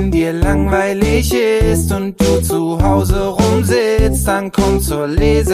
Wenn dir langweilig ist und du zu Hause rumsitzt, dann komm zur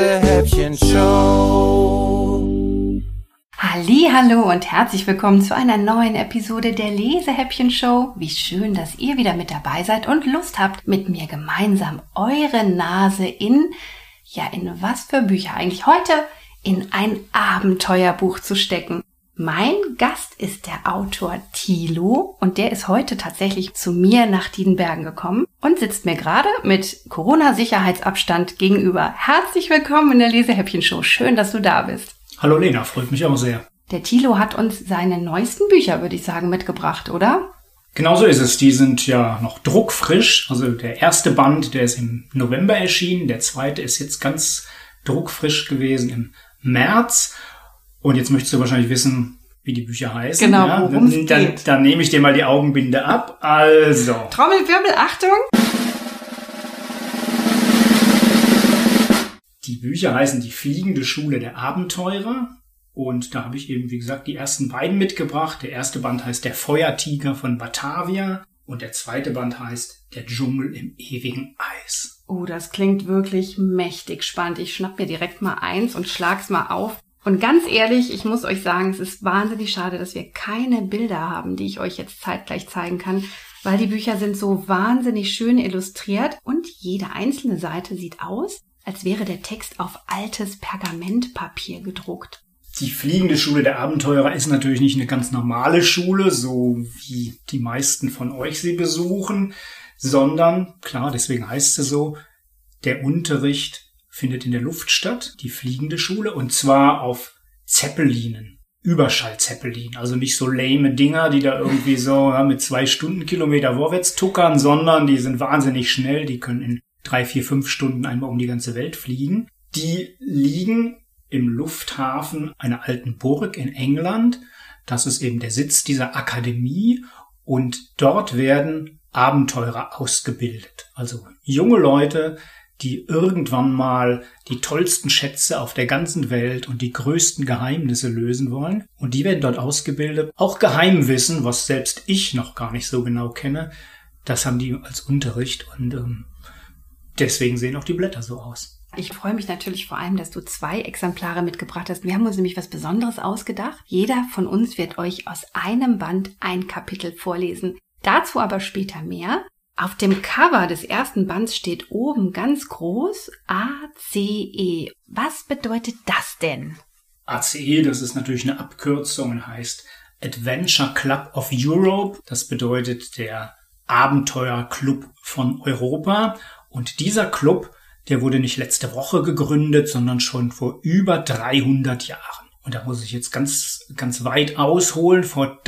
Lesehäppchen-Show. Hallihallo und herzlich willkommen zu einer neuen Episode der Lesehäppchen-Show. Wie schön, dass ihr wieder mit dabei seid und Lust habt, mit mir gemeinsam eure Nase in was für Bücher eigentlich heute? In ein Abenteuerbuch zu stecken. Mein Gast ist der Autor Thilo und der ist heute tatsächlich zu mir nach Diedenbergen gekommen und sitzt mir gerade mit Corona-Sicherheitsabstand gegenüber. Herzlich willkommen in der Lesehäppchen-Show. Schön, dass du da bist. Hallo Lena, freut mich auch sehr. Der Thilo hat uns seine neuesten Bücher, würde ich sagen, mitgebracht, oder? Genau so ist es. Die sind ja noch druckfrisch. Also der erste Band, der ist im November erschienen. Der zweite ist jetzt ganz druckfrisch gewesen im März. Und jetzt möchtest du wahrscheinlich wissen, wie die Bücher heißen. Genau, ja? worum es geht. Dann nehme ich dir mal die Augenbinde ab. Also. Trommelwirbel, Achtung! Die Bücher heißen Die fliegende Schule der Abenteurer. Und da habe ich eben, wie gesagt, die ersten beiden mitgebracht. Der erste Band heißt Der Feuertiger von Batavia. Und der zweite Band heißt Der Dschungel im ewigen Eis. Oh, das klingt wirklich mächtig spannend. Ich schnapp mir direkt mal eins und schlag's mal auf. Und ganz ehrlich, ich muss euch sagen, es ist wahnsinnig schade, dass wir keine Bilder haben, die ich euch jetzt zeitgleich zeigen kann, weil die Bücher sind so wahnsinnig schön illustriert und jede einzelne Seite sieht aus, als wäre der Text auf altes Pergamentpapier gedruckt. Die fliegende Schule der Abenteurer ist natürlich nicht eine ganz normale Schule, so wie die meisten von euch sie besuchen, sondern, klar, deswegen heißt sie so, der Unterricht findet in der Luft statt, die fliegende Schule, und zwar auf Zeppelinen, Überschallzeppelinen. Also nicht so lame Dinger, die da irgendwie so mit 2 Stundenkilometer vorwärts tuckern, sondern die sind wahnsinnig schnell, die können in 3, 4, 5 Stunden einmal um die ganze Welt fliegen. Die liegen im Lufthafen einer alten Burg in England. Das ist eben der Sitz dieser Akademie und dort werden Abenteurer ausgebildet. Also junge Leute, die irgendwann mal die tollsten Schätze auf der ganzen Welt und die größten Geheimnisse lösen wollen. Und die werden dort ausgebildet. Auch Geheimwissen, was selbst ich noch gar nicht so genau kenne, das haben die als Unterricht. Und deswegen sehen auch die Blätter so aus. Ich freue mich natürlich vor allem, dass du 2 Exemplare mitgebracht hast. Wir haben uns nämlich was Besonderes ausgedacht. Jeder von uns wird euch aus einem Band ein Kapitel vorlesen. Dazu aber später mehr. Auf dem Cover des ersten Bands steht oben ganz groß ACE. Was bedeutet das denn? ACE, das ist natürlich eine Abkürzung und heißt Adventure Club of Europe. Das bedeutet der Abenteuerclub von Europa. Und dieser Club, der wurde nicht letzte Woche gegründet, sondern schon vor über 300 Jahren. Und da muss ich jetzt ganz, ganz weit ausholen. Vor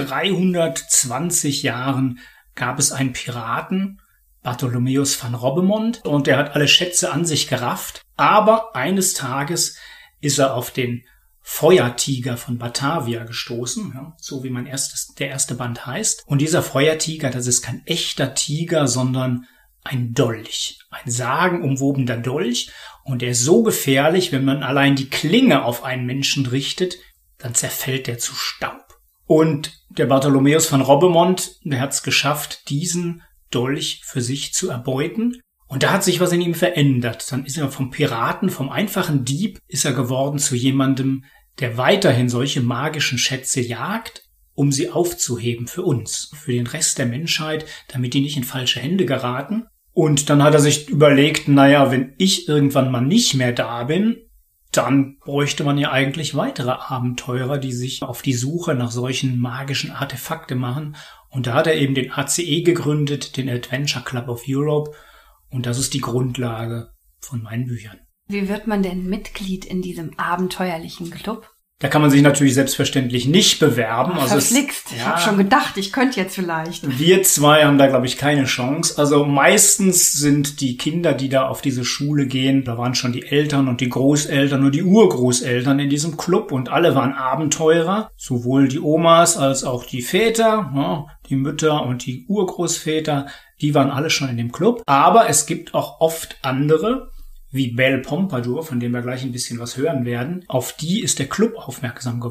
320 Jahren gab es einen Piraten, Bartholomäus van Robbemont, und der hat alle Schätze an sich gerafft. Aber eines Tages ist er auf den Feuertiger von Batavia gestoßen, ja, so wie der erste Band heißt. Und dieser Feuertiger, das ist kein echter Tiger, sondern ein Dolch, ein sagenumwobener Dolch. Und der ist so gefährlich, wenn man allein die Klinge auf einen Menschen richtet, dann zerfällt der zu Staub. Und der Bartholomäus van Robbemont, der hat es geschafft, diesen Dolch für sich zu erbeuten. Und da hat sich was in ihm verändert. Dann ist er vom Piraten, vom einfachen Dieb, ist er geworden zu jemandem, der weiterhin solche magischen Schätze jagt, um sie aufzuheben für uns, für den Rest der Menschheit, damit die nicht in falsche Hände geraten. Und dann hat er sich überlegt, naja, wenn ich irgendwann mal nicht mehr da bin, dann bräuchte man ja eigentlich weitere Abenteurer, die sich auf die Suche nach solchen magischen Artefakte machen. Und da hat er eben den ACE gegründet, den Adventure Club of Europe. Und das ist die Grundlage von meinen Büchern. Wie wird man denn Mitglied in diesem abenteuerlichen Club? Da kann man sich natürlich selbstverständlich nicht bewerben. Oh, verflixt. Ich habe schon gedacht, ich könnte jetzt vielleicht. Wir 2 haben da, glaube ich, keine Chance. Also meistens sind die Kinder, die da auf diese Schule gehen, da waren schon die Eltern und die Großeltern und die Urgroßeltern in diesem Club und alle waren Abenteurer. Sowohl die Omas als auch die Väter, ja, die Mütter und die Urgroßväter, die waren alle schon in dem Club. Aber es gibt auch oft andere, wie Belle Pompadour, von dem wir gleich ein bisschen was hören werden. Auf die ist der Club aufmerksam geworden.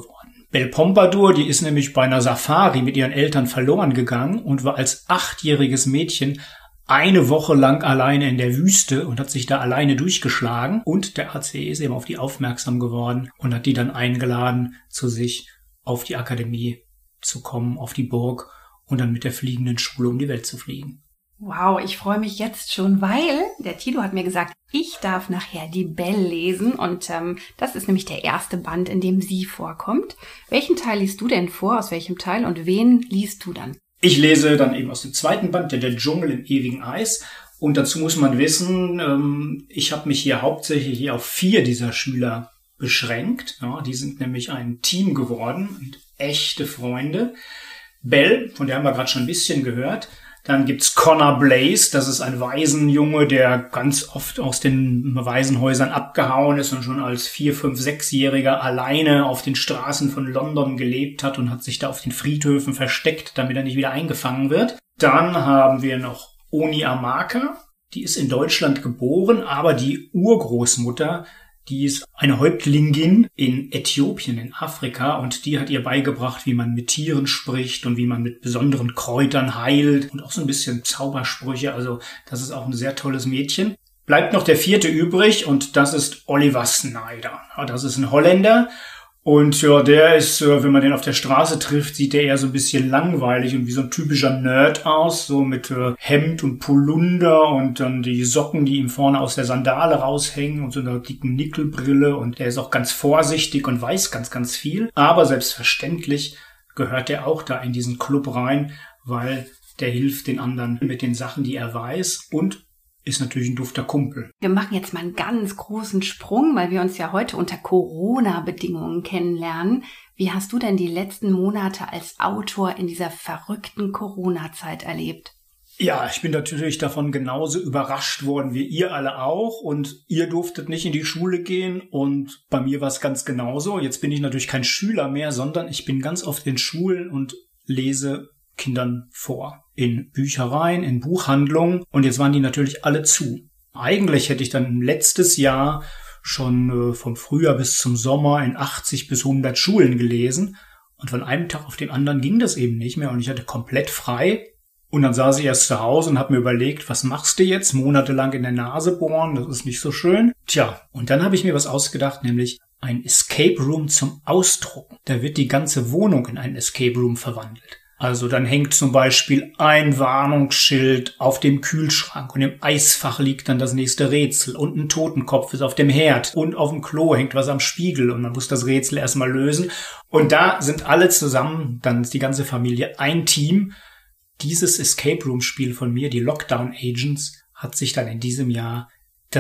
Belle Pompadour, die ist nämlich bei einer Safari mit ihren Eltern verloren gegangen und war als 8-jähriges Mädchen eine Woche lang alleine in der Wüste und hat sich da alleine durchgeschlagen. Und der ACE ist eben auf die aufmerksam geworden und hat die dann eingeladen, zu sich auf die Akademie zu kommen, auf die Burg und dann mit der fliegenden Schule um die Welt zu fliegen. Wow, ich freue mich jetzt schon, weil der Tilo hat mir gesagt, ich darf nachher die Belle lesen und das ist nämlich der erste Band, in dem sie vorkommt. Welchen Teil liest du denn vor, aus welchem Teil und wen liest du dann? Ich lese dann eben aus dem zweiten Band, der Dschungel im ewigen Eis. Und dazu muss man wissen, ich habe mich hier hauptsächlich auf 4 dieser Schüler beschränkt. Ja, die sind nämlich ein Team geworden und echte Freunde. Belle, von der haben wir gerade schon ein bisschen gehört. Dann gibt's Connor Blaze, das ist ein Waisenjunge, der ganz oft aus den Waisenhäusern abgehauen ist und schon als 4-, 5-, 6-Jähriger alleine auf den Straßen von London gelebt hat und hat sich da auf den Friedhöfen versteckt, damit er nicht wieder eingefangen wird. Dann haben wir noch Oni Amaka, die ist in Deutschland geboren, aber die Urgroßmutter, die ist eine Häuptlingin in Äthiopien, in Afrika, und die hat ihr beigebracht, wie man mit Tieren spricht und wie man mit besonderen Kräutern heilt und auch so ein bisschen Zaubersprüche. Also das ist auch ein sehr tolles Mädchen. Bleibt noch der 4. übrig und das ist Oliver Snyder. Das ist ein Holländer. Und ja, der ist, wenn man den auf der Straße trifft, sieht der eher so ein bisschen langweilig und wie so ein typischer Nerd aus, so mit Hemd und Polunder und dann die Socken, die ihm vorne aus der Sandale raushängen und so einer dicken Nickelbrille, und der ist auch ganz vorsichtig und weiß ganz, ganz viel. Aber selbstverständlich gehört er auch da in diesen Club rein, weil der hilft den anderen mit den Sachen, die er weiß, und ist natürlich ein dufter Kumpel. Wir machen jetzt mal einen ganz großen Sprung, weil wir uns ja heute unter Corona-Bedingungen kennenlernen. Wie hast du denn die letzten Monate als Autor in dieser verrückten Corona-Zeit erlebt? Ja, ich bin natürlich davon genauso überrascht worden wie ihr alle auch, und ihr durftet nicht in die Schule gehen und bei mir war es ganz genauso. Jetzt bin ich natürlich kein Schüler mehr, sondern ich bin ganz oft in Schulen und lese Kindern vor. In Büchereien, in Buchhandlungen, und jetzt waren die natürlich alle zu. Eigentlich hätte ich dann letztes Jahr schon vom Frühjahr bis zum Sommer in 80 bis 100 Schulen gelesen, und von einem Tag auf den anderen ging das eben nicht mehr und ich hatte komplett frei. Und dann saß ich erst zu Hause und habe mir überlegt, was machst du jetzt? Monatelang in der Nase bohren, das ist nicht so schön. Tja, und dann habe ich mir was ausgedacht, nämlich ein Escape Room zum Ausdrucken. Da wird die ganze Wohnung in einen Escape Room verwandelt. Also dann hängt zum Beispiel ein Warnungsschild auf dem Kühlschrank und im Eisfach liegt dann das nächste Rätsel und ein Totenkopf ist auf dem Herd und auf dem Klo hängt was am Spiegel und man muss das Rätsel erstmal lösen. Und da sind alle zusammen, dann ist die ganze Familie ein Team. Dieses Escape Room Spiel von mir, die Lockdown Agents, hat sich dann in diesem Jahr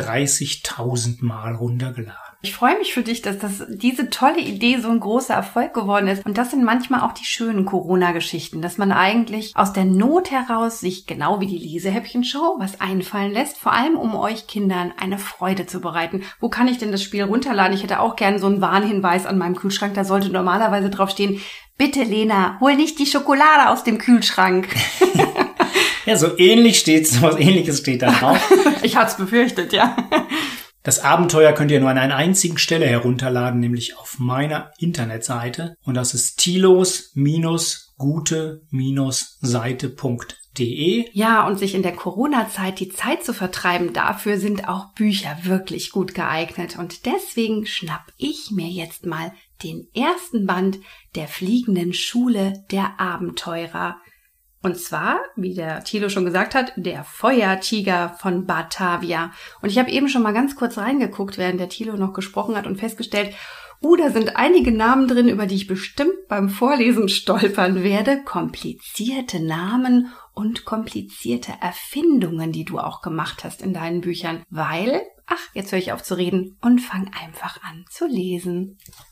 30.000 Mal runtergeladen. Ich freue mich für dich, dass diese tolle Idee so ein großer Erfolg geworden ist. Und das sind manchmal auch die schönen Corona-Geschichten, dass man eigentlich aus der Not heraus sich, genau wie die Lesehäppchen-Show, was einfallen lässt, vor allem um euch Kindern eine Freude zu bereiten. Wo kann ich denn das Spiel runterladen? Ich hätte auch gerne so einen Warnhinweis an meinem Kühlschrank. Da sollte normalerweise drauf stehen: Bitte, Lena, hol nicht die Schokolade aus dem Kühlschrank. Ja, so ähnlich steht's, was Ähnliches steht da drauf. Ich hatte es befürchtet, ja. Das Abenteuer könnt ihr nur an einer einzigen Stelle herunterladen, nämlich auf meiner Internetseite. Und das ist tilos-gute-seite.de. Ja, und sich in der Corona-Zeit die Zeit zu vertreiben, dafür sind auch Bücher wirklich gut geeignet. Und deswegen schnapp ich mir jetzt mal den ersten Band der fliegenden Schule der Abenteurer. Und zwar, wie der Thilo schon gesagt hat, der Feuertiger von Batavia. Und ich habe eben schon mal ganz kurz reingeguckt, während der Thilo noch gesprochen hat, und festgestellt, da sind einige Namen drin, über die ich bestimmt beim Vorlesen stolpern werde. Komplizierte Namen und komplizierte Erfindungen, die du auch gemacht hast in deinen Büchern. Weil, jetzt höre ich auf zu reden und fang einfach an zu lesen.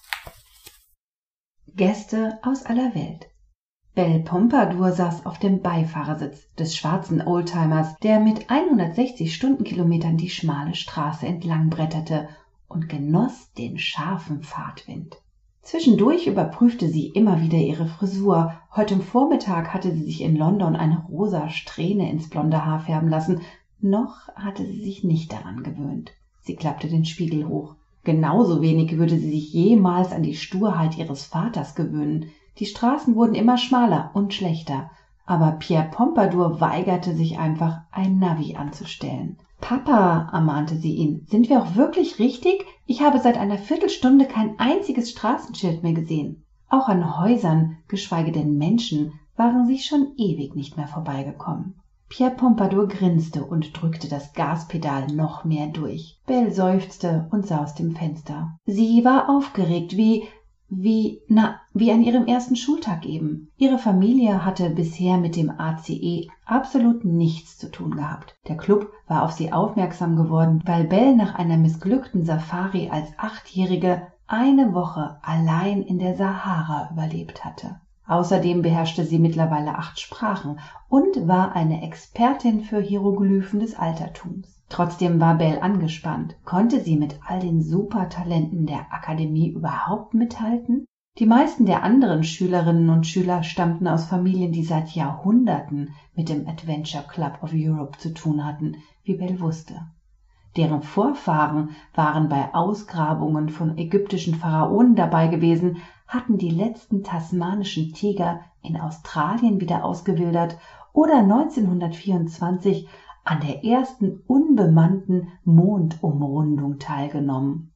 Gäste aus aller Welt. Belle Pompadour saß auf dem Beifahrersitz des schwarzen Oldtimers, der mit 160 Stundenkilometern die schmale Straße entlang bretterte, und genoss den scharfen Fahrtwind. Zwischendurch überprüfte sie immer wieder ihre Frisur. Heute Vormittag hatte sie sich in London eine rosa Strähne ins blonde Haar färben lassen. Noch hatte sie sich nicht daran gewöhnt. Sie klappte den Spiegel hoch. Genauso wenig würde sie sich jemals an die Sturheit ihres Vaters gewöhnen. Die Straßen wurden immer schmaler und schlechter, aber Pierre Pompadour weigerte sich einfach, ein Navi anzustellen. »Papa«, ermahnte sie ihn, »sind wir auch wirklich richtig? Ich habe seit einer Viertelstunde kein einziges Straßenschild mehr gesehen.« Auch an Häusern, geschweige denn Menschen, waren sie schon ewig nicht mehr vorbeigekommen. Pierre Pompadour grinste und drückte das Gaspedal noch mehr durch. Belle seufzte und sah aus dem Fenster. Sie war aufgeregt, wie an ihrem ersten Schultag eben. Ihre Familie hatte bisher mit dem ACE absolut nichts zu tun gehabt. Der Club war auf sie aufmerksam geworden, weil Belle nach einer missglückten Safari als 8-Jährige eine Woche allein in der Sahara überlebt hatte. Außerdem beherrschte sie mittlerweile 8 Sprachen und war eine Expertin für Hieroglyphen des Altertums. Trotzdem war Belle angespannt. Konnte sie mit all den Supertalenten der Akademie überhaupt mithalten? Die meisten der anderen Schülerinnen und Schüler stammten aus Familien, die seit Jahrhunderten mit dem Adventure Club of Europe zu tun hatten, wie Belle wusste. Deren Vorfahren waren bei Ausgrabungen von ägyptischen Pharaonen dabei gewesen, hatten die letzten tasmanischen Tiger in Australien wieder ausgewildert oder 1924 an der ersten unbemannten Mondumrundung teilgenommen.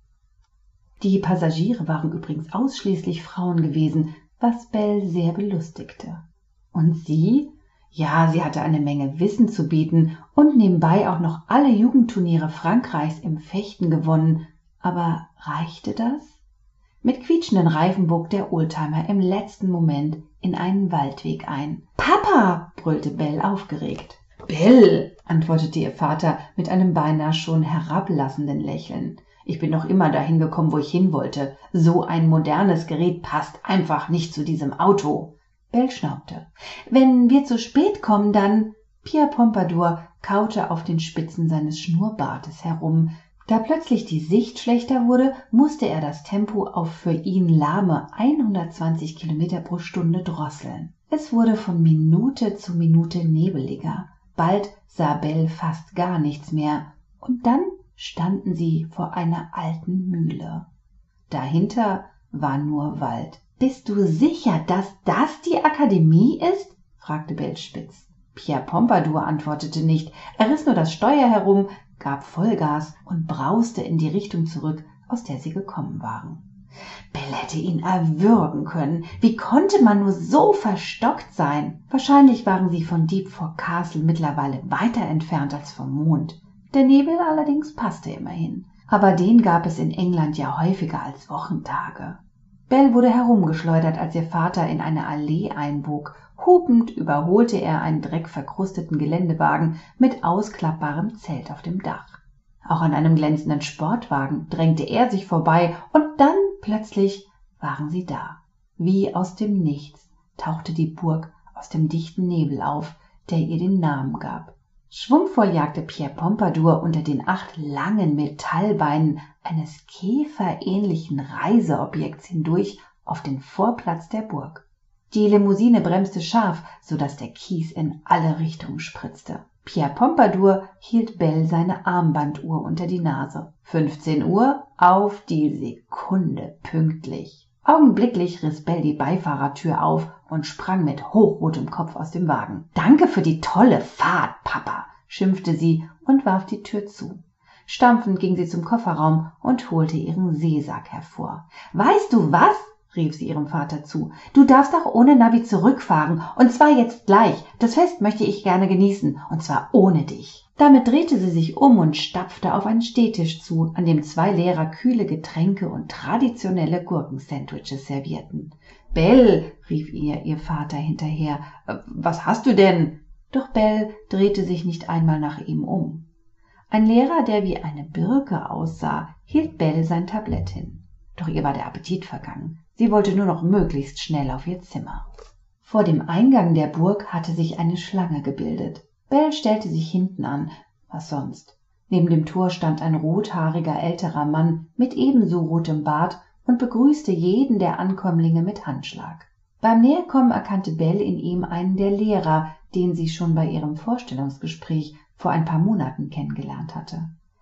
Die Passagiere waren übrigens ausschließlich Frauen gewesen, was Belle sehr belustigte. Und sie? Ja, sie hatte eine Menge Wissen zu bieten und nebenbei auch noch alle Jugendturniere Frankreichs im Fechten gewonnen. Aber reichte das? Mit quietschenden Reifen bog der Oldtimer im letzten Moment in einen Waldweg ein. »Papa«, brüllte Belle aufgeregt. »Belle«, antwortete ihr Vater mit einem beinahe schon herablassenden Lächeln. »Ich bin doch immer dahin gekommen, wo ich hin wollte. So ein modernes Gerät passt einfach nicht zu diesem Auto.« Belle schnaubte. »Wenn wir zu spät kommen, dann...« Pierre Pompadour kaute auf den Spitzen seines Schnurrbartes herum. Da plötzlich die Sicht schlechter wurde, musste er das Tempo auf für ihn lahme 120 km pro Stunde drosseln. Es wurde von Minute zu Minute nebeliger. Bald sah Belle fast gar nichts mehr. Und dann standen sie vor einer alten Mühle. Dahinter war nur Wald. »Bist du sicher, dass das die Akademie ist?« fragte Belle spitz. Pierre Pompadour antwortete nicht. Er riss nur das Steuer herum, gab Vollgas und brauste in die Richtung zurück, aus der sie gekommen waren. Belle hätte ihn erwürgen können. Wie konnte man nur so verstockt sein? Wahrscheinlich waren sie von Deepford Castle mittlerweile weiter entfernt als vom Mond. Der Nebel allerdings passte immerhin. Aber den gab es in England ja häufiger als Wochentage. Belle wurde herumgeschleudert, als ihr Vater in eine Allee einbog. Hupend überholte er einen dreckverkrusteten Geländewagen mit ausklappbarem Zelt auf dem Dach. Auch an einem glänzenden Sportwagen drängte er sich vorbei und dann plötzlich waren sie da. Wie aus dem Nichts tauchte die Burg aus dem dichten Nebel auf, der ihr den Namen gab. Schwungvoll jagte Pierre Pompadour unter den 8 langen Metallbeinen eines käferähnlichen Reiseobjekts hindurch auf den Vorplatz der Burg. Die Limousine bremste scharf, so dass der Kies in alle Richtungen spritzte. Pierre Pompadour hielt Belle seine Armbanduhr unter die Nase. 15 Uhr, auf die Sekunde pünktlich. Augenblicklich riss Belle die Beifahrertür auf und sprang mit hochrotem Kopf aus dem Wagen. »Danke für die tolle Fahrt, Papa«, schimpfte sie und warf die Tür zu. Stampfend ging sie zum Kofferraum und holte ihren Seesack hervor. »Weißt du was?«, rief sie ihrem Vater zu. »Du darfst auch ohne Navi zurückfahren, und zwar jetzt gleich. Das Fest möchte ich gerne genießen, und zwar ohne dich.« Damit drehte sie sich um und stapfte auf einen Stehtisch zu, an dem 2 Lehrer kühle Getränke und traditionelle Gurkensandwiches servierten. »Belle«, rief ihr Vater hinterher, »was hast du denn?« Doch Belle drehte sich nicht einmal nach ihm um. Ein Lehrer, der wie eine Birke aussah, hielt Belle sein Tablett hin. Doch ihr war der Appetit vergangen. Sie wollte nur noch möglichst schnell auf ihr Zimmer. Vor dem Eingang der Burg hatte sich eine Schlange gebildet. Belle stellte sich hinten an. Was sonst? Neben dem Tor stand ein rothaariger älterer Mann mit ebenso rotem Bart und begrüßte jeden der Ankömmlinge mit Handschlag. Beim Näherkommen erkannte Belle in ihm einen der Lehrer, den sie schon bei ihrem Vorstellungsgespräch vor ein paar Monaten kennengelernt hatte.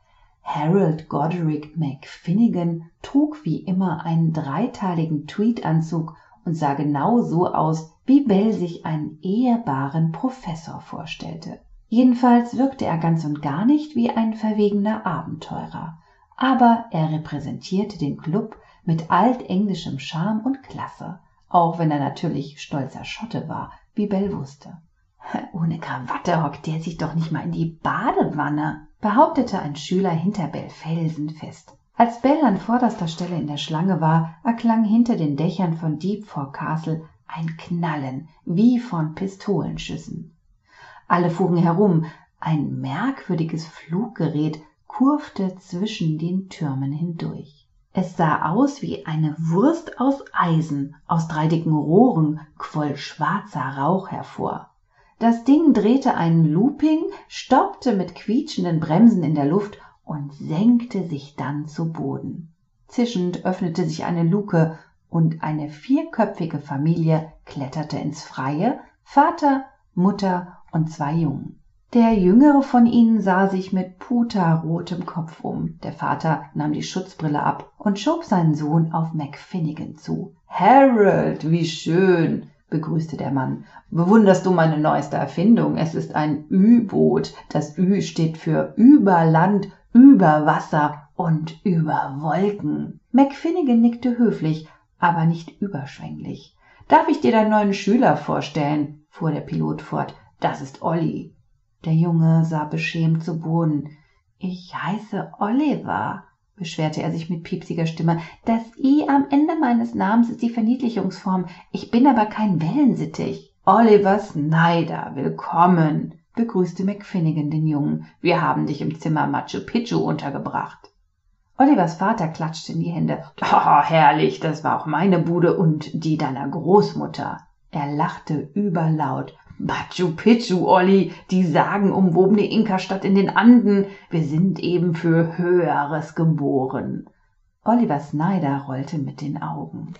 Harold Goderic McFinnigan trug wie immer einen dreiteiligen Tweedanzug und sah genau so aus, wie Belle sich einen ehrbaren Professor vorstellte. Jedenfalls wirkte er ganz und gar nicht wie ein verwegener Abenteurer, aber er repräsentierte den Club mit altenglischem Charme und Klasse, auch wenn er natürlich stolzer Schotte war, wie Belle wusste. »Ohne Krawatte hockt der sich doch nicht mal in die Badewanne«, behauptete ein Schüler hinter Belle felsenfest. Als Belle an vorderster Stelle in der Schlange war, erklang hinter den Dächern von Deepford Castle ein Knallen wie von Pistolenschüssen. Alle fuhren herum, ein merkwürdiges Fluggerät kurfte zwischen den Türmen hindurch. Es sah aus wie eine Wurst aus Eisen, aus 3 dicken Rohren quoll schwarzer Rauch hervor. Das Ding drehte einen Looping, stoppte mit quietschenden Bremsen in der Luft und senkte sich dann zu Boden. Zischend öffnete sich eine Luke und eine 4köpfige Familie kletterte ins Freie, Vater, Mutter und 2 Jungen. Der jüngere von ihnen sah sich mit puterrotem Kopf um. Der Vater nahm die Schutzbrille ab und schob seinen Sohn auf McFinnigan zu. »Harold, wie schön«, begrüßte der Mann. »Bewunderst du meine neueste Erfindung? Es ist ein Ü-Boot. Das Ü steht für über Land, über Wasser und über Wolken.« McFinnigan nickte höflich, aber nicht überschwänglich. »Darf ich dir deinen neuen Schüler vorstellen?« fuhr der Pilot fort. »Das ist Olli.« Der Junge sah beschämt zu Boden. »Ich heiße Oliver«, beschwerte er sich mit piepsiger Stimme. »Das I am Ende meines Namens ist die Verniedlichungsform. Ich bin aber kein Wellensittich.« »Oliver Snyder, willkommen«, begrüßte McFinnigan den Jungen. »Wir haben dich im Zimmer Machu Picchu untergebracht.« Olivers Vater klatschte in die Hände. »Oh, herrlich, das war auch meine Bude und die deiner Großmutter.« Er lachte überlaut. »Machu Picchu, Olli, die sagenumwobene Inka-Stadt in den Anden. Wir sind eben für Höheres geboren.« Oliver Snyder rollte mit den Augen.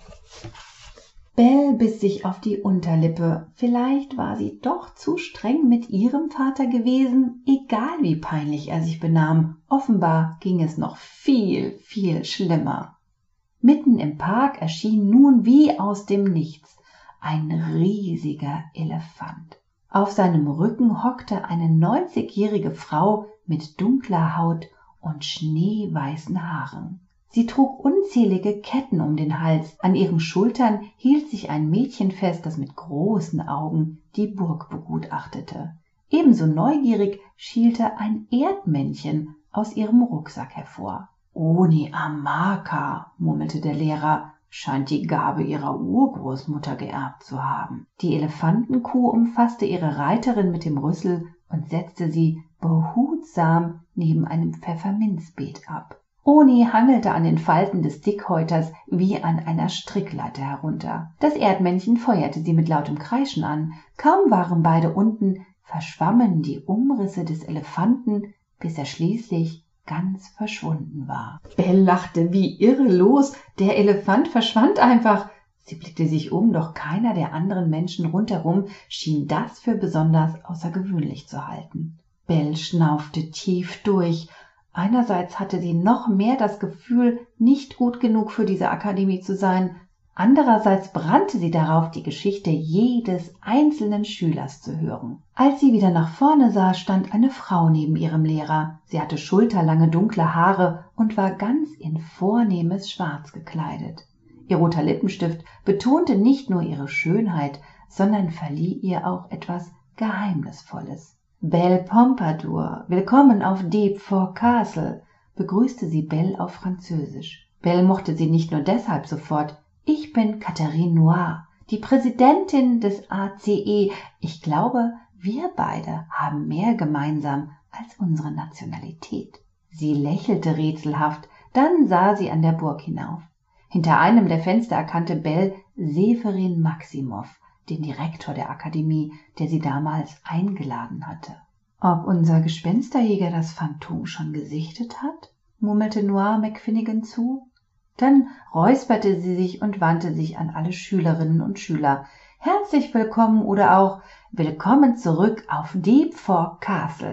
Belle biss sich auf die Unterlippe. Vielleicht war sie doch zu streng mit ihrem Vater gewesen, egal wie peinlich er sich benahm. Offenbar ging es noch viel, viel schlimmer. Mitten im Park erschien nun wie aus dem Nichts ein riesiger Elefant. Auf seinem Rücken hockte eine 90-jährige Frau mit dunkler Haut und schneeweißen Haaren. Sie trug unzählige Ketten um den Hals. An ihren Schultern hielt sich ein Mädchen fest, das mit großen Augen die Burg begutachtete. Ebenso neugierig schielte ein Erdmännchen aus ihrem Rucksack hervor. »Oni Amaka«, murmelte der Lehrer, »scheint die Gabe ihrer Urgroßmutter geerbt zu haben.« Die Elefantenkuh umfasste ihre Reiterin mit dem Rüssel und setzte sie behutsam neben einem Pfefferminzbeet ab. Oni hangelte an den Falten des Dickhäuters wie an einer Strickleiter herunter. Das Erdmännchen feuerte sie mit lautem Kreischen an. Kaum waren beide unten, verschwammen die Umrisse des Elefanten, bis er schließlich ganz verschwunden war. Belle lachte wie irre los. Der Elefant verschwand einfach. Sie blickte sich um, doch keiner der anderen Menschen rundherum schien das für besonders außergewöhnlich zu halten. Belle schnaufte tief durch. Einerseits hatte sie noch mehr das Gefühl, nicht gut genug für diese Akademie zu sein. Andererseits brannte sie darauf, die Geschichte jedes einzelnen Schülers zu hören. Als sie wieder nach vorne sah, stand eine Frau neben ihrem Lehrer. Sie hatte schulterlange dunkle Haare und war ganz in vornehmes Schwarz gekleidet. Ihr roter Lippenstift betonte nicht nur ihre Schönheit, sondern verlieh ihr auch etwas Geheimnisvolles. »Belle Pompadour, willkommen auf Deepford Castle«, begrüßte sie Belle auf Französisch. Belle mochte sie nicht nur deshalb sofort. »Ich bin Catherine Noir, die Präsidentin des ACE. Ich glaube, wir beide haben mehr gemeinsam als unsere Nationalität.« Sie lächelte rätselhaft, dann sah sie an der Burg hinauf. Hinter einem der Fenster erkannte Belle Severin Maximow, den Direktor der Akademie, der sie damals eingeladen hatte. »Ob unser Gespensterjäger das Phantom schon gesichtet hat?« murmelte Noir McFinnigan zu. Dann räusperte sie sich und wandte sich an alle Schülerinnen und Schüler. »Herzlich willkommen oder auch Willkommen zurück auf Deepford Castle.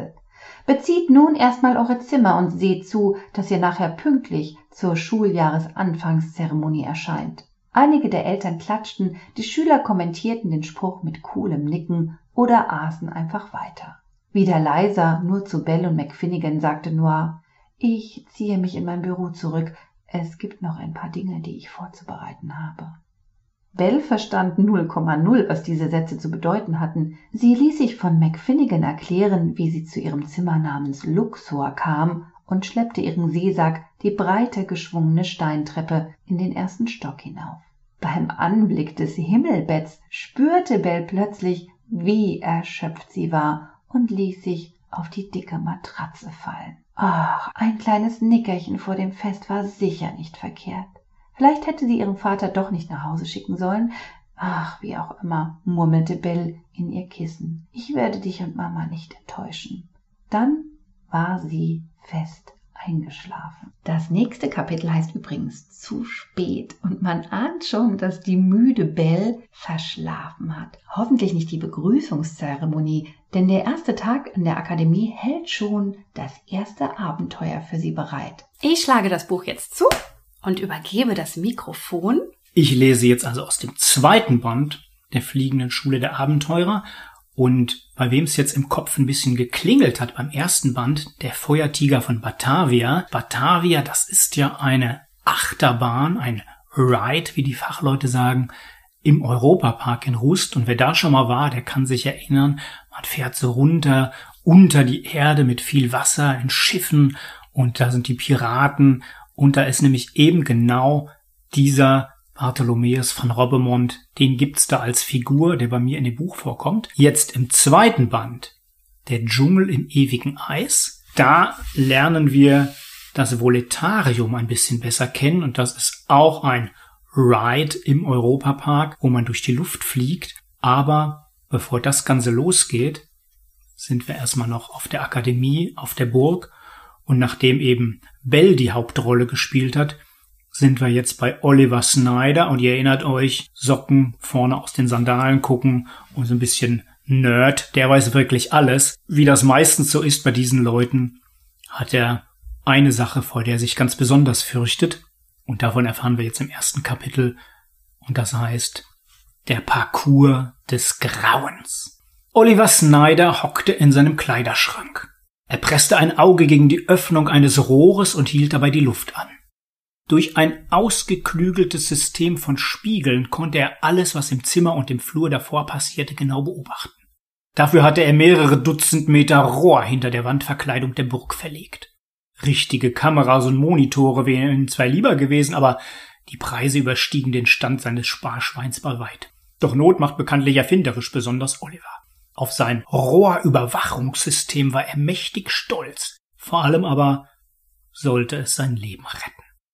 Bezieht nun erstmal eure Zimmer und seht zu, dass ihr nachher pünktlich zur Schuljahresanfangszeremonie erscheint. Einige der Eltern klatschten, die Schüler kommentierten den Spruch mit coolem Nicken oder aßen einfach weiter. Wieder leiser, nur zu Belle und McFinnigan, sagte Noir: Ich ziehe mich in mein Büro zurück. Es gibt noch ein paar Dinge, die ich vorzubereiten habe. Belle verstand 0,0, was diese Sätze zu bedeuten hatten. Sie ließ sich von McFinnigan erklären, wie sie zu ihrem Zimmer namens Luxor kam und schleppte ihren Seesack die breite, geschwungene Steintreppe in den ersten Stock hinauf. Beim Anblick des Himmelbetts spürte Belle plötzlich, wie erschöpft sie war und ließ sich auf die dicke Matratze fallen. Ach, ein kleines Nickerchen vor dem Fest war sicher nicht verkehrt. Vielleicht hätte sie ihren Vater doch nicht nach Hause schicken sollen. Ach, wie auch immer, murmelte Belle in ihr Kissen. Ich werde dich und Mama nicht enttäuschen. Dann war sie fest eingeschlafen. Das nächste Kapitel heißt übrigens Zu spät und man ahnt schon, dass die müde Belle verschlafen hat. Hoffentlich nicht die Begrüßungszeremonie, denn der erste Tag in der Akademie hält schon das erste Abenteuer für sie bereit. Ich schlage das Buch jetzt zu und übergebe das Mikrofon. Ich lese jetzt also aus dem 2. Band der Fliegenden Schule der Abenteurer. Und bei wem es jetzt im Kopf ein bisschen geklingelt hat beim 1. Band, der Feuertiger von Batavia. Batavia, das ist ja eine Achterbahn, ein Ride, wie die Fachleute sagen, im Europapark in Rust. Und wer da schon mal war, der kann sich erinnern, man fährt so runter unter die Erde mit viel Wasser in Schiffen und da sind die Piraten. Und da ist nämlich eben genau dieser Bartholomäus van Robbemont, den gibt's da als Figur, der bei mir in dem Buch vorkommt. Jetzt im 2. Band, der Dschungel im ewigen Eis, da lernen wir das Voletarium ein bisschen besser kennen und das ist auch ein Ride im Europapark, wo man durch die Luft fliegt. Aber bevor das Ganze losgeht, sind wir erstmal noch auf der Akademie, auf der Burg und nachdem eben Belle die Hauptrolle gespielt hat, sind wir jetzt bei Oliver Snyder und ihr erinnert euch, Socken vorne aus den Sandalen gucken und so ein bisschen Nerd, der weiß wirklich alles. Wie das meistens so ist bei diesen Leuten, hat er eine Sache, vor der er sich ganz besonders fürchtet und davon erfahren wir jetzt im 1. Kapitel und das heißt der Parcours des Grauens. Oliver Snyder hockte in seinem Kleiderschrank. Er presste ein Auge gegen die Öffnung eines Rohres und hielt dabei die Luft an. Durch ein ausgeklügeltes System von Spiegeln konnte er alles, was im Zimmer und im Flur davor passierte, genau beobachten. Dafür hatte er mehrere Dutzend Meter Rohr hinter der Wandverkleidung der Burg verlegt. Richtige Kameras und Monitore wären ihm zwar lieber gewesen, aber die Preise überstiegen den Stand seines Sparschweins bei weit. Doch Not macht bekanntlich erfinderisch, besonders Oliver. Auf sein Rohrüberwachungssystem war er mächtig stolz. Vor allem aber sollte es sein Leben retten.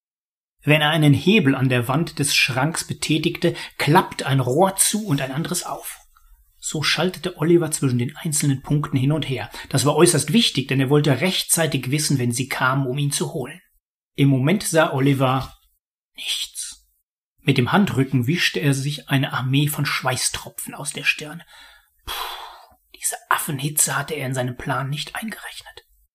Wenn er einen Hebel an der Wand des Schranks betätigte, klappte ein Rohr zu und ein anderes auf. So schaltete Oliver zwischen den einzelnen Punkten hin und her. Das war äußerst wichtig, denn er wollte rechtzeitig wissen, wenn sie kamen, um ihn zu holen. Im Moment sah Oliver nichts. Mit dem Handrücken wischte er sich eine Armee von Schweißtropfen aus der Stirn. Diese Affenhitze hatte er in seinem Plan nicht eingerechnet.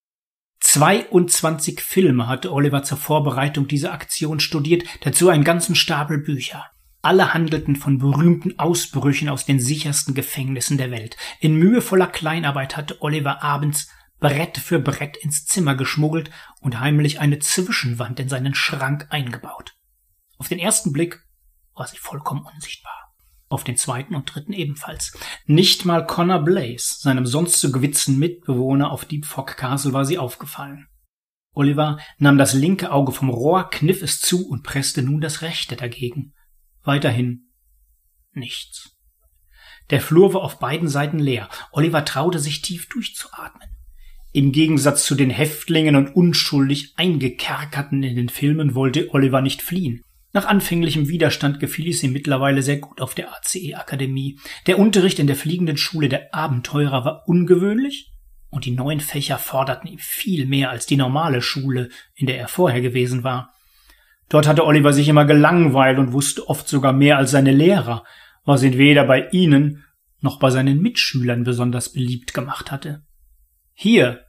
22 Filme hatte Oliver zur Vorbereitung dieser Aktion studiert, dazu einen ganzen Stapel Bücher. Alle handelten von berühmten Ausbrüchen aus den sichersten Gefängnissen der Welt. In mühevoller Kleinarbeit hatte Oliver abends Brett für Brett ins Zimmer geschmuggelt und heimlich eine Zwischenwand in seinen Schrank eingebaut. Auf den ersten Blick war sie vollkommen unsichtbar. Auf den 2. und 3. ebenfalls. Nicht mal Connor Blaze, seinem sonst so gewitzten Mitbewohner auf Deep Fog Castle, war sie aufgefallen. Oliver nahm das linke Auge vom Rohr, kniff es zu und presste nun das rechte dagegen. Weiterhin nichts. Der Flur war auf beiden Seiten leer. Oliver traute sich tief durchzuatmen. Im Gegensatz zu den Häftlingen und unschuldig Eingekerkerten in den Filmen wollte Oliver nicht fliehen. Nach anfänglichem Widerstand gefiel es ihm mittlerweile sehr gut auf der ACE-Akademie. Der Unterricht in der Fliegenden Schule der Abenteurer war ungewöhnlich und die neuen Fächer forderten ihm viel mehr als die normale Schule, in der er vorher gewesen war. Dort hatte Oliver sich immer gelangweilt und wusste oft sogar mehr als seine Lehrer, was ihn weder bei ihnen noch bei seinen Mitschülern besonders beliebt gemacht hatte. Hier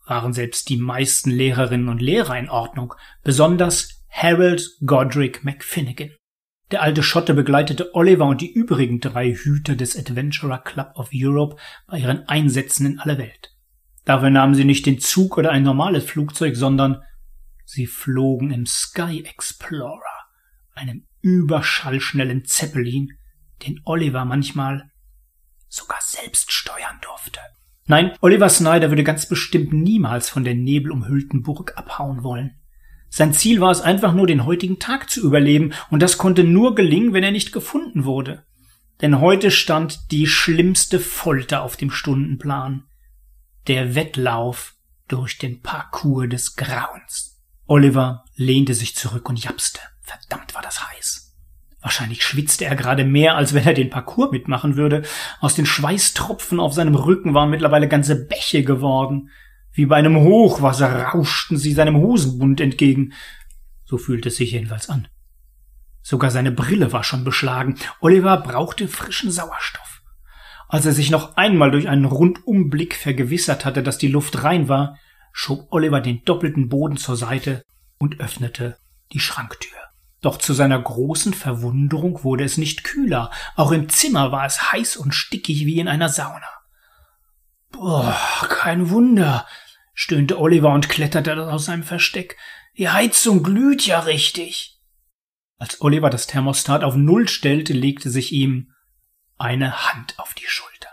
waren selbst die meisten Lehrerinnen und Lehrer in Ordnung, besonders Harold Godric McFinnigan. Der alte Schotte begleitete Oliver und die übrigen 3 Hüter des Adventurer Club of Europe bei ihren Einsätzen in aller Welt. Dafür nahmen sie nicht den Zug oder ein normales Flugzeug, sondern sie flogen im Sky Explorer, einem überschallschnellen Zeppelin, den Oliver manchmal sogar selbst steuern durfte. Nein, Oliver Snyder würde ganz bestimmt niemals von der nebelumhüllten Burg abhauen wollen. Sein Ziel war es einfach nur, den heutigen Tag zu überleben, und das konnte nur gelingen, wenn er nicht gefunden wurde. Denn heute stand die schlimmste Folter auf dem Stundenplan. Der Wettlauf durch den Parcours des Grauens. Oliver lehnte sich zurück und japste. Verdammt, war das heiß. Wahrscheinlich schwitzte er gerade mehr, als wenn er den Parcours mitmachen würde. Aus den Schweißtropfen auf seinem Rücken waren mittlerweile ganze Bäche geworden. Wie bei einem Hochwasser rauschten sie seinem Hosenbund entgegen. So fühlte es sich jedenfalls an. Sogar seine Brille war schon beschlagen. Oliver brauchte frischen Sauerstoff. Als er sich noch einmal durch einen Rundumblick vergewissert hatte, dass die Luft rein war, schob Oliver den doppelten Boden zur Seite und öffnete die Schranktür. Doch zu seiner großen Verwunderung wurde es nicht kühler. Auch im Zimmer war es heiß und stickig wie in einer Sauna. »Boah, kein Wunder«, stöhnte Oliver und kletterte aus seinem Versteck. »Die Heizung glüht ja richtig.« Als Oliver das Thermostat auf 0 stellte, legte sich ihm eine Hand auf die Schulter.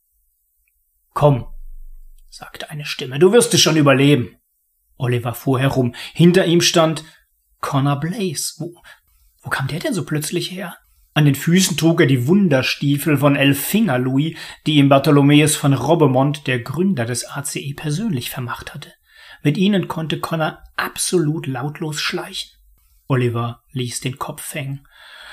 »Komm«, sagte eine Stimme, »du wirst es schon überleben.« Oliver fuhr herum. Hinter ihm stand Connor Blaze. Wo kam der denn so plötzlich her? An den Füßen trug er die Wunderstiefel von Elfinger Louis, die ihm Bartholomäus von Robbemont, der Gründer des ACE, persönlich vermacht hatte. Mit ihnen konnte Connor absolut lautlos schleichen. Oliver ließ den Kopf hängen.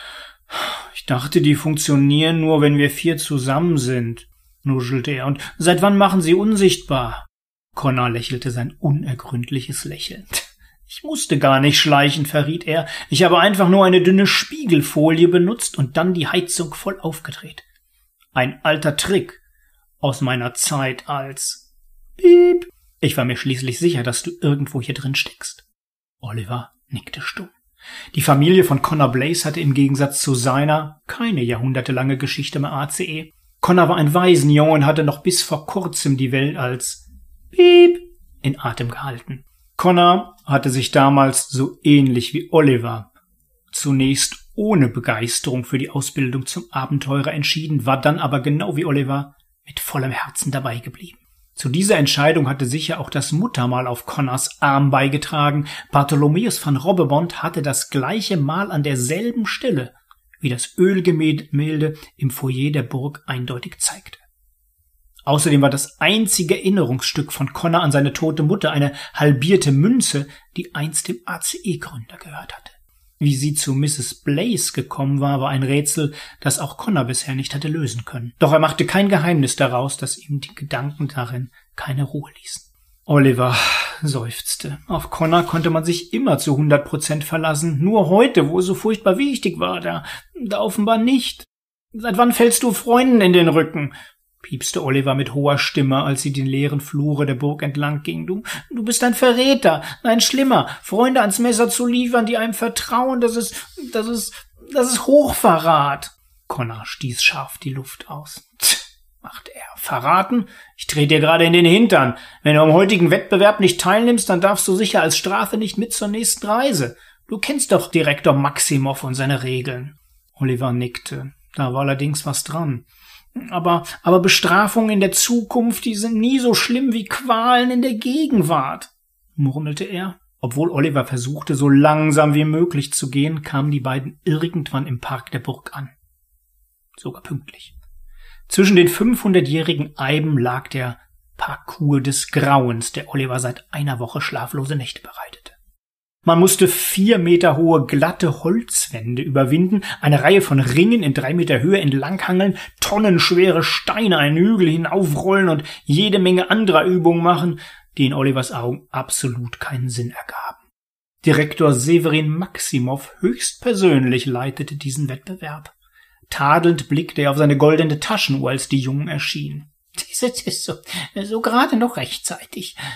»Ich dachte, die funktionieren nur, wenn wir 4 zusammen sind«, nuschelte er. »Und seit wann machen sie unsichtbar?« Connor lächelte sein unergründliches Lächeln. »Ich musste gar nicht schleichen«, verriet er. »Ich habe einfach nur eine dünne Spiegelfolie benutzt und dann die Heizung voll aufgedreht. Ein alter Trick aus meiner Zeit als Piep. Ich war mir schließlich sicher, dass du irgendwo hier drin steckst.« Oliver nickte stumm. Die Familie von Connor Blaze hatte im Gegensatz zu seiner keine jahrhundertelange Geschichte im ACE. Connor war ein Waisenjunge und hatte noch bis vor kurzem die Welt als Piep in Atem gehalten. Connor hatte sich damals so ähnlich wie Oliver zunächst ohne Begeisterung für die Ausbildung zum Abenteurer entschieden, war dann aber genau wie Oliver mit vollem Herzen dabei geblieben. Zu dieser Entscheidung hatte sicher auch das Muttermal auf Connors Arm beigetragen. Bartholomäus von Robbemont hatte das gleiche Mal an derselben Stelle, wie das Ölgemälde im Foyer der Burg eindeutig zeigte. Außerdem war das einzige Erinnerungsstück von Connor an seine tote Mutter eine halbierte Münze, die einst dem ACE-Gründer gehört hatte. Wie sie zu Mrs. Blaze gekommen war, war ein Rätsel, das auch Connor bisher nicht hatte lösen können. Doch er machte kein Geheimnis daraus, dass ihm die Gedanken darin keine Ruhe ließen. Oliver seufzte. Auf Connor konnte man sich immer zu 100% verlassen. Nur heute, wo es so furchtbar wichtig war, da offenbar nicht. »Seit wann fällst du Freunden in den Rücken?« piepste Oliver mit hoher Stimme, als sie den leeren Flure der Burg entlang ging. Du bist ein Verräter, ein Schlimmer. Freunde ans Messer zu liefern, die einem vertrauen, das ist Hochverrat. Connor stieß scharf die Luft aus. Machte er. Verraten? Ich trete dir gerade in den Hintern. Wenn du am heutigen Wettbewerb nicht teilnimmst, dann darfst du sicher als Strafe nicht mit zur nächsten Reise. Du kennst doch Direktor Maximoff und seine Regeln. Oliver nickte. Da war allerdings was dran. Aber Bestrafungen in der Zukunft, die sind nie so schlimm wie Qualen in der Gegenwart, murmelte er. Obwohl Oliver versuchte, so langsam wie möglich zu gehen, kamen die beiden irgendwann im Park der Burg an. Sogar pünktlich. Zwischen den 500-jährigen Eiben lag der Parcours des Grauens, der Oliver seit einer Woche schlaflose Nächte bereitete. Man musste 4 Meter hohe, glatte Holzwände überwinden, eine Reihe von Ringen in 3 Meter Höhe entlanghangeln, tonnenschwere Steine einen Hügel hinaufrollen und jede Menge anderer Übungen machen, die in Olivers Augen absolut keinen Sinn ergaben. Direktor Severin Maximoff höchstpersönlich leitete diesen Wettbewerb. Tadelnd blickte er auf seine goldene Taschenuhr, als die Jungen erschienen. Das ist so gerade noch rechtzeitig.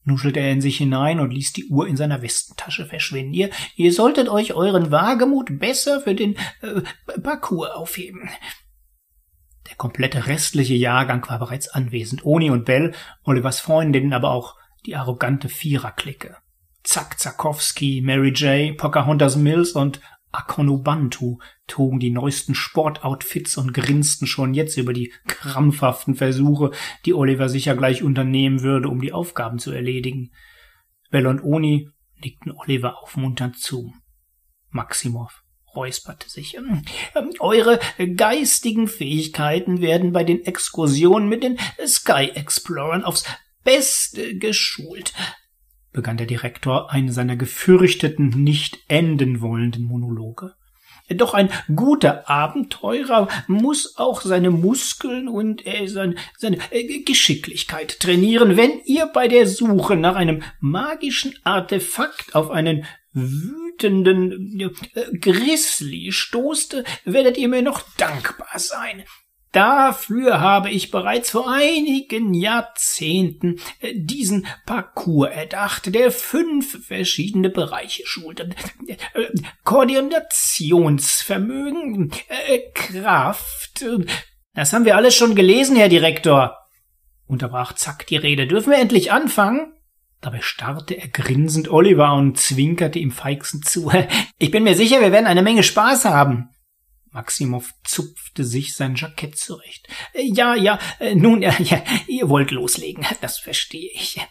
nuschelte er in sich hinein und ließ die Uhr in seiner Westentasche verschwinden. Ihr solltet euch euren Wagemut besser für den Parcours aufheben. Der komplette restliche Jahrgang war bereits anwesend. Oni und Belle, Olivers Freundinnen, aber auch die arrogante Viererklicke. Zack Zakowski, Mary J., Pocahontas Mills und Akonobantu trugen die neuesten Sportoutfits und grinsten schon jetzt über die krampfhaften Versuche, die Oliver sicher gleich unternehmen würde, um die Aufgaben zu erledigen. Belle und Oni nickten Oliver aufmunternd zu. Maximoff räusperte sich. Eure geistigen Fähigkeiten werden bei den Exkursionen mit den Sky Explorern aufs Beste geschult, begann der Direktor eine seiner gefürchteten, nicht enden wollenden Monologe. Doch ein guter Abenteurer muss auch seine Muskeln und seine Geschicklichkeit trainieren. Wenn ihr bei der Suche nach einem magischen Artefakt auf einen wütenden Grizzly stoßt, werdet ihr mir noch dankbar sein. Dafür habe ich bereits vor einigen Jahrzehnten diesen Parcours erdacht, der 5 verschiedene Bereiche schult. Koordinationsvermögen, Kraft. Das haben wir alles schon gelesen, Herr Direktor, unterbrach Zack die Rede. Dürfen wir endlich anfangen? Dabei starrte er grinsend Oliver und zwinkerte ihm feixend zu. Ich bin mir sicher, wir werden eine Menge Spaß haben. Maximoff zupfte sich sein Jackett zurecht. Ja, ihr wollt loslegen, das verstehe ich.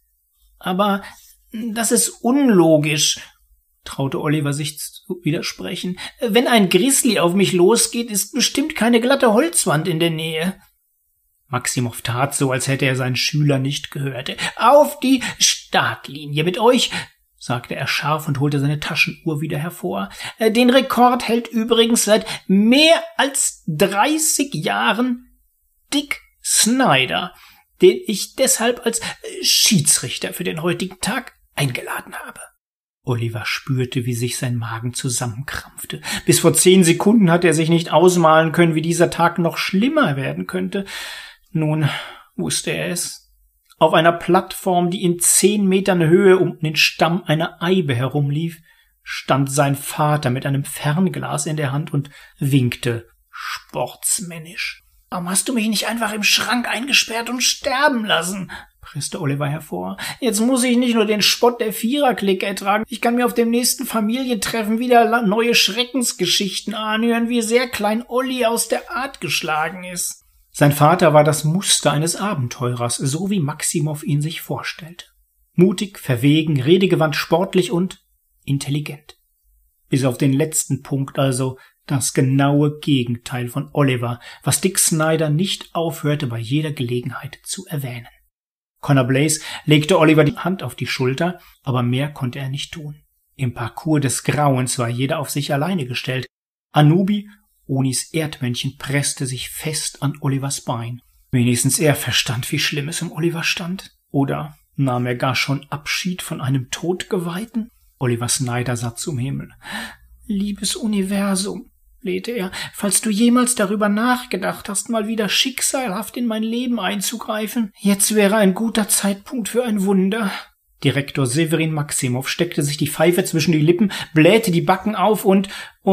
Aber das ist unlogisch, traute Oliver sich zu widersprechen. Wenn ein Grizzly auf mich losgeht, ist bestimmt keine glatte Holzwand in der Nähe. Maximoff tat so, als hätte er seinen Schüler nicht gehört. Auf die Startlinie mit euch, sagte er scharf und holte seine Taschenuhr wieder hervor. Den Rekord hält übrigens seit mehr als 30 Jahren Dick Snyder, den ich deshalb als Schiedsrichter für den heutigen Tag eingeladen habe. Oliver spürte, wie sich sein Magen zusammenkrampfte. Bis vor 10 Sekunden hatte er sich nicht ausmalen können, wie dieser Tag noch schlimmer werden könnte. Nun wusste er es. Auf einer Plattform, die in 10 Metern Höhe um den Stamm einer Eibe herumlief, stand sein Vater mit einem Fernglas in der Hand und winkte sportsmännisch. »Warum hast du mich nicht einfach im Schrank eingesperrt und sterben lassen?« presste Oliver hervor. »Jetzt muss ich nicht nur den Spott der Viererklicke ertragen, ich kann mir auf dem nächsten Familientreffen wieder neue Schreckensgeschichten anhören, wie sehr Klein Olli aus der Art geschlagen ist.« Sein Vater war das Muster eines Abenteurers, so wie Maximoff ihn sich vorstellte. Mutig, verwegen, redegewandt, sportlich und intelligent. Bis auf den letzten Punkt also das genaue Gegenteil von Oliver, was Dick Snyder nicht aufhörte, bei jeder Gelegenheit zu erwähnen. Connor Blaze legte Oliver die Hand auf die Schulter, aber mehr konnte er nicht tun. Im Parcours des Grauens war jeder auf sich alleine gestellt. Anubi, Onis Erdmännchen, presste sich fest an Olivers Bein. Wenigstens er verstand, wie schlimm es um Oliver stand. Oder nahm er gar schon Abschied von einem Todgeweihten? Oliver Snyder sah zum Himmel. »Liebes Universum«, flehte er, »falls du jemals darüber nachgedacht hast, mal wieder schicksalhaft in mein Leben einzugreifen, jetzt wäre ein guter Zeitpunkt für ein Wunder.« Direktor Severin Maximoff steckte sich die Pfeife zwischen die Lippen, blähte die Backen auf und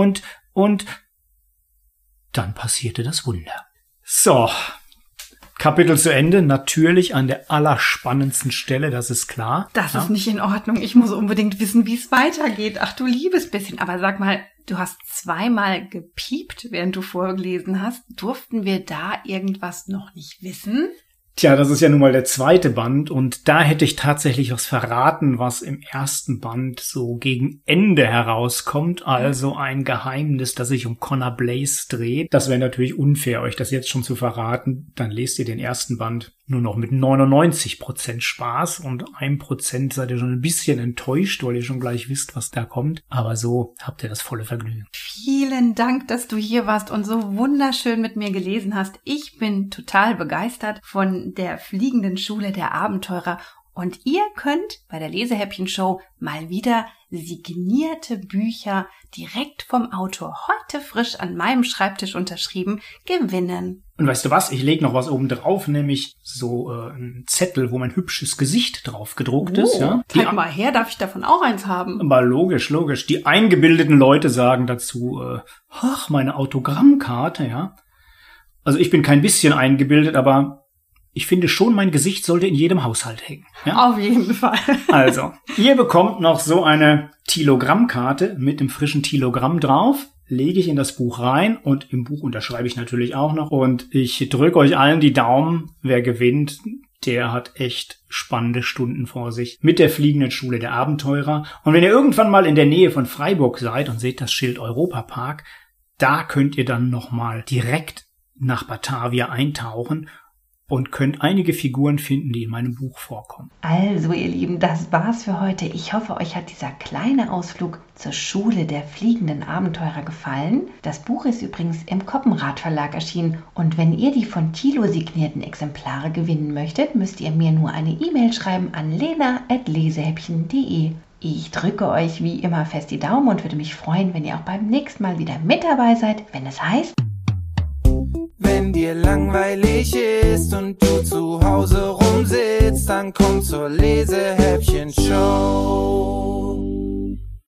dann passierte das Wunder. So, Kapitel zu Ende, natürlich an der allerspannendsten Stelle, das ist klar. Das ist nicht in Ordnung. Ich muss unbedingt wissen, wie es weitergeht. Ach du liebes bisschen. Aber sag mal, du hast 2-mal gepiept, während du vorgelesen hast. Durften wir da irgendwas noch nicht wissen? Tja, das ist ja nun mal der 2. Band und da hätte ich tatsächlich was verraten, was im 1. Band so gegen Ende herauskommt, also ein Geheimnis, das sich um Connor Blaze dreht. Das wäre natürlich unfair, euch das jetzt schon zu verraten. Dann lest ihr den 1. Band nur noch mit 99% Spaß und 1% seid ihr schon ein bisschen enttäuscht, weil ihr schon gleich wisst, was da kommt. Aber so habt ihr das volle Vergnügen. Vielen Dank, dass du hier warst und so wunderschön mit mir gelesen hast. Ich bin total begeistert von der fliegenden Schule der Abenteurer Und ihr könnt bei der Lesehäppchen-Show mal wieder signierte Bücher direkt vom Autor, heute frisch an meinem Schreibtisch unterschrieben, gewinnen. Und weißt du was? Ich lege noch was oben drauf, nämlich so einen Zettel, wo mein hübsches Gesicht drauf gedruckt ist. Ja? Zeig mal her, darf ich davon auch eins haben? Aber logisch. Die eingebildeten Leute sagen dazu, ach, meine Autogrammkarte, ja. Also ich bin kein bisschen eingebildet, aber ich finde schon, mein Gesicht sollte in jedem Haushalt hängen. Ja? Auf jeden Fall. Also, ihr bekommt noch so eine Tilogrammkarte mit dem frischen Tilogramm drauf. Lege ich in das Buch rein und im Buch unterschreibe ich natürlich auch noch. Und ich drücke euch allen die Daumen. Wer gewinnt, der hat echt spannende Stunden vor sich mit der fliegenden Schule der Abenteurer. Und wenn ihr irgendwann mal in der Nähe von Freiburg seid und seht das Schild Europapark, da könnt ihr dann nochmal direkt nach Batavia eintauchen und könnt einige Figuren finden, die in meinem Buch vorkommen. Also ihr Lieben, das war's für heute. Ich hoffe, euch hat dieser kleine Ausflug zur Schule der fliegenden Abenteurer gefallen. Das Buch ist übrigens im Koppenrad Verlag erschienen und wenn ihr die von Thilo signierten Exemplare gewinnen möchtet, müsst ihr mir nur eine E-Mail schreiben an lena@lesehäppchen.de. Ich drücke euch wie immer fest die Daumen und würde mich freuen, wenn ihr auch beim nächsten Mal wieder mit dabei seid, wenn es heißt... Wenn dir langweilig ist und du zu Hause rumsitzt, dann komm zur Lesehäppchen-Show.